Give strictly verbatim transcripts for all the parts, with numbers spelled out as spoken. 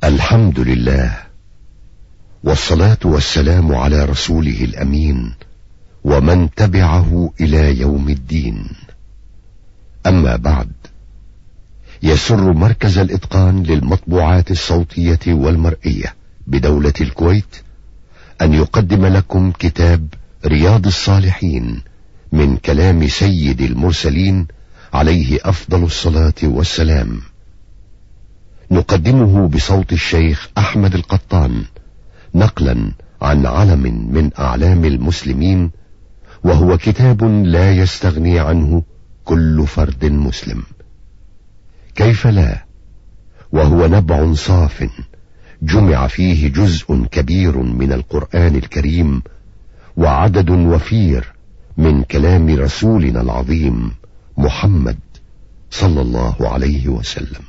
الحمد لله، والصلاة والسلام على رسوله الأمين ومن تبعه إلى يوم الدين. أما بعد، يسر مركز الإتقان للمطبوعات الصوتية والمرئية بدولة الكويت أن يقدم لكم كتاب رياض الصالحين من كلام سيد المرسلين عليه أفضل الصلاة والسلام. نقدمه بصوت الشيخ أحمد القطان نقلا عن علم من أعلام المسلمين، وهو كتاب لا يستغني عنه كل فرد مسلم. كيف لا، وهو نبع صاف جمع فيه جزء كبير من القرآن الكريم وعدد وفير من كلام رسولنا العظيم محمد صلى الله عليه وسلم.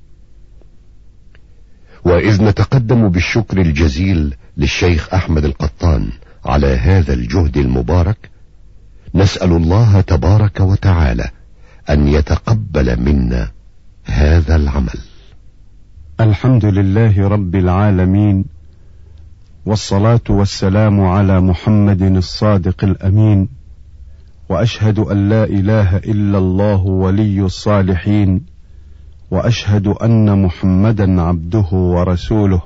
وإذ نتقدم بالشكر الجزيل للشيخ أحمد القطان على هذا الجهد المبارك، نسأل الله تبارك وتعالى أن يتقبل منا هذا العمل. الحمد لله رب العالمين، والصلاة والسلام على محمد الصادق الأمين، وأشهد أن لا إله إلا الله ولي الصالحين، وأشهد أن محمدا عبده ورسوله.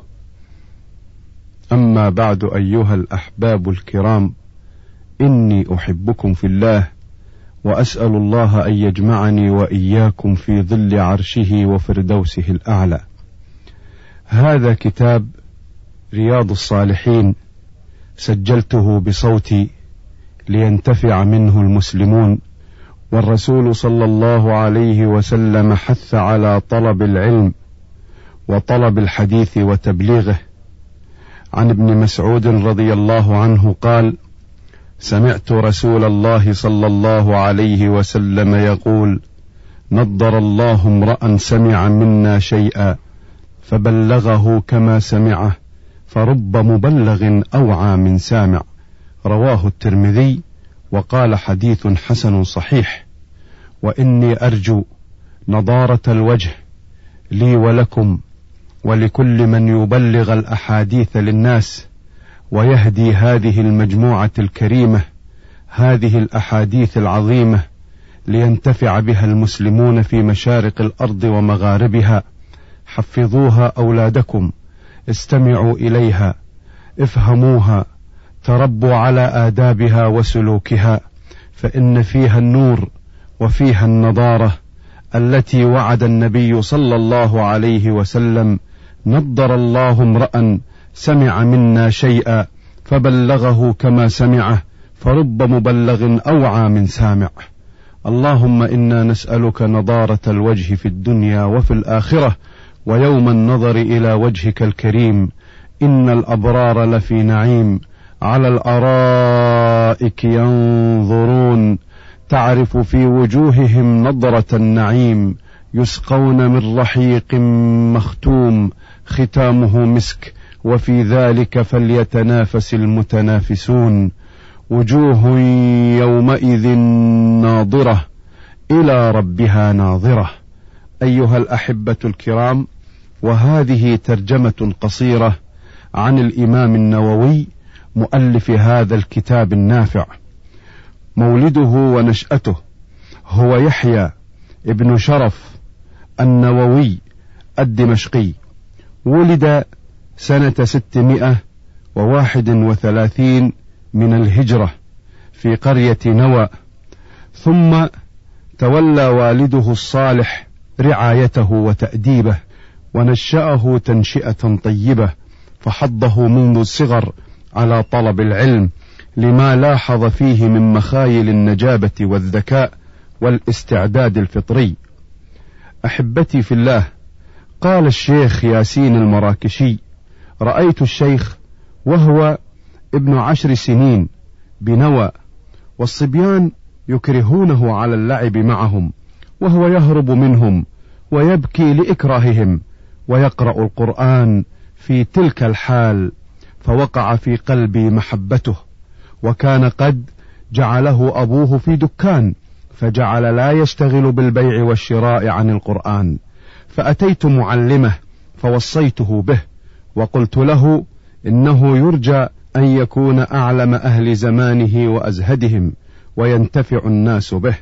أما بعد، أيها الأحباب الكرام، إني أحبكم في الله، وأسأل الله أن يجمعني وإياكم في ظل عرشه وفردوسه الأعلى. هذا كتاب رياض الصالحين سجلته بصوتي لينتفع منه المسلمون، والرسول صلى الله عليه وسلم حث على طلب العلم وطلب الحديث وتبليغه. عن ابن مسعود رضي الله عنه قال: سمعت رسول الله صلى الله عليه وسلم يقول: نضر الله امرأ سمع منا شيئا فبلغه كما سمعه، فرب مبلغ أوعى من سامع. رواه الترمذي، وقال حديث حسن صحيح. وإني أرجو نضارة الوجه لي ولكم ولكل من يبلغ الأحاديث للناس ويهدي هذه المجموعة الكريمة هذه الأحاديث العظيمة لينتفع بها المسلمون في مشارق الأرض ومغاربها. حفظوها أولادكم، استمعوا إليها، افهموها، تربوا على آدابها وسلوكها، فإن فيها النور وفيها النضارة التي وعد النبي صلى الله عليه وسلم: نضر الله امرأ سمع منا شيئا فبلغه كما سمعه، فرب مبلغ أوعى من سامع. اللهم إنا نسألك نضارة الوجه في الدنيا وفي الآخرة ويوم النظر إلى وجهك الكريم. إن الأبرار لفي نعيم على الأرائك ينظرون، تعرف في وجوههم نضرة النعيم، يسقون من رحيق مختوم ختامه مسك، وفي ذلك فليتنافس المتنافسون. وجوه يومئذ ناظرة إلى ربها ناظرة. أيها الأحبة الكرام، وهذه ترجمة قصيرة عن الإمام النووي مؤلف هذا الكتاب النافع. مولده ونشأته هو يحيى ابن شرف النووي الدمشقي، ولد سنة ستمائة وواحد وثلاثين من الهجرة في قرية نوى، ثم تولى والده الصالح رعايته وتأديبه ونشأه تنشئة طيبة، فحضه منذ الصغر على طلب العلم لما لاحظ فيه من مخايل النجابة والذكاء والاستعداد الفطري. أحبتي في الله، قال الشيخ ياسين المراكشي: رأيت الشيخ وهو ابن عشر سنين بنوى، والصبيان يكرهونه على اللعب معهم، وهو يهرب منهم ويبكي لإكراههم، ويقرأ القرآن في تلك الحال، فوقع في قلبي محبته. وكان قد جعله أبوه في دكان، فجعل لا يشتغل بالبيع والشراء عن القرآن، فأتيت معلمه فوصيته به وقلت له إنه يرجى أن يكون أعلم أهل زمانه وأزهدهم وينتفع الناس به،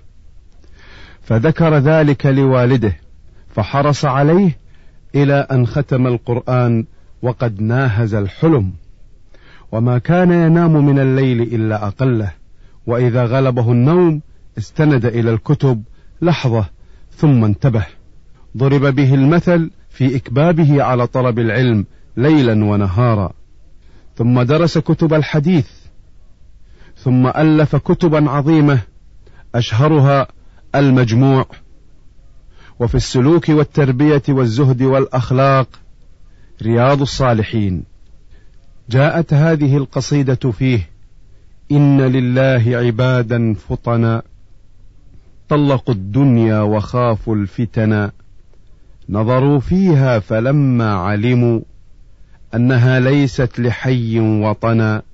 فذكر ذلك لوالده فحرص عليه إلى أن ختم القرآن وقد ناهز الحلم، وما كان ينام من الليل إلا أقله، وإذا غلبه النوم استند إلى الكتب لحظة ثم انتبه. ضرب به المثل في إكبابه على طلب العلم ليلا ونهارا، ثم درس كتب الحديث، ثم ألف كتبا عظيمة أشهرها المجموع، وفي السلوك والتربية والزهد والأخلاق رياض الصالحين. جاءت هذه القصيدة فيه: إن لله عبادا فطنا طلقوا الدنيا وخافوا الفتنا، نظروا فيها فلما علموا أنها ليست لحي وطنا،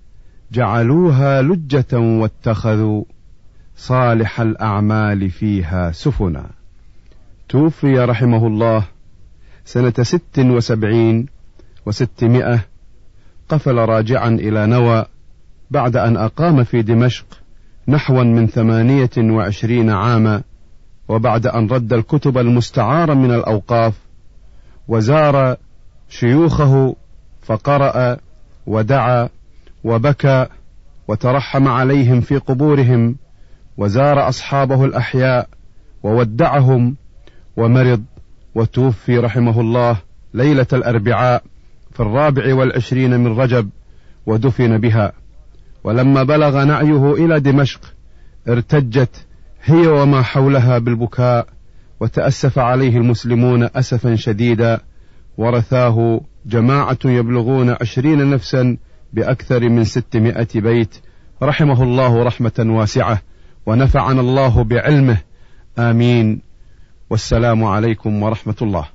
جعلوها لجة واتخذوا صالح الأعمال فيها سفنا. توفي رحمه الله سنة ست وسبعين وستمائة، قفل راجعا إلى نوى بعد أن أقام في دمشق نحوا من ثمانية وعشرين عاما، وبعد أن رد الكتب المستعارة من الأوقاف، وزار شيوخه فقرأ ودعا وبكى وترحم عليهم في قبورهم، وزار أصحابه الأحياء وودعهم، ومرض وتوفي رحمه الله ليلة الأربعاء في الرابع والعشرين من رجب ودفن بها. ولما بلغ نعيه إلى دمشق ارتجت هي وما حولها بالبكاء، وتأسف عليه المسلمون أسفا شديدا، ورثاه جماعة يبلغون عشرين نفسا بأكثر من ستمائة بيت، رحمه الله رحمة واسعة، ونفعنا الله بعلمه، آمين. والسلام عليكم ورحمة الله.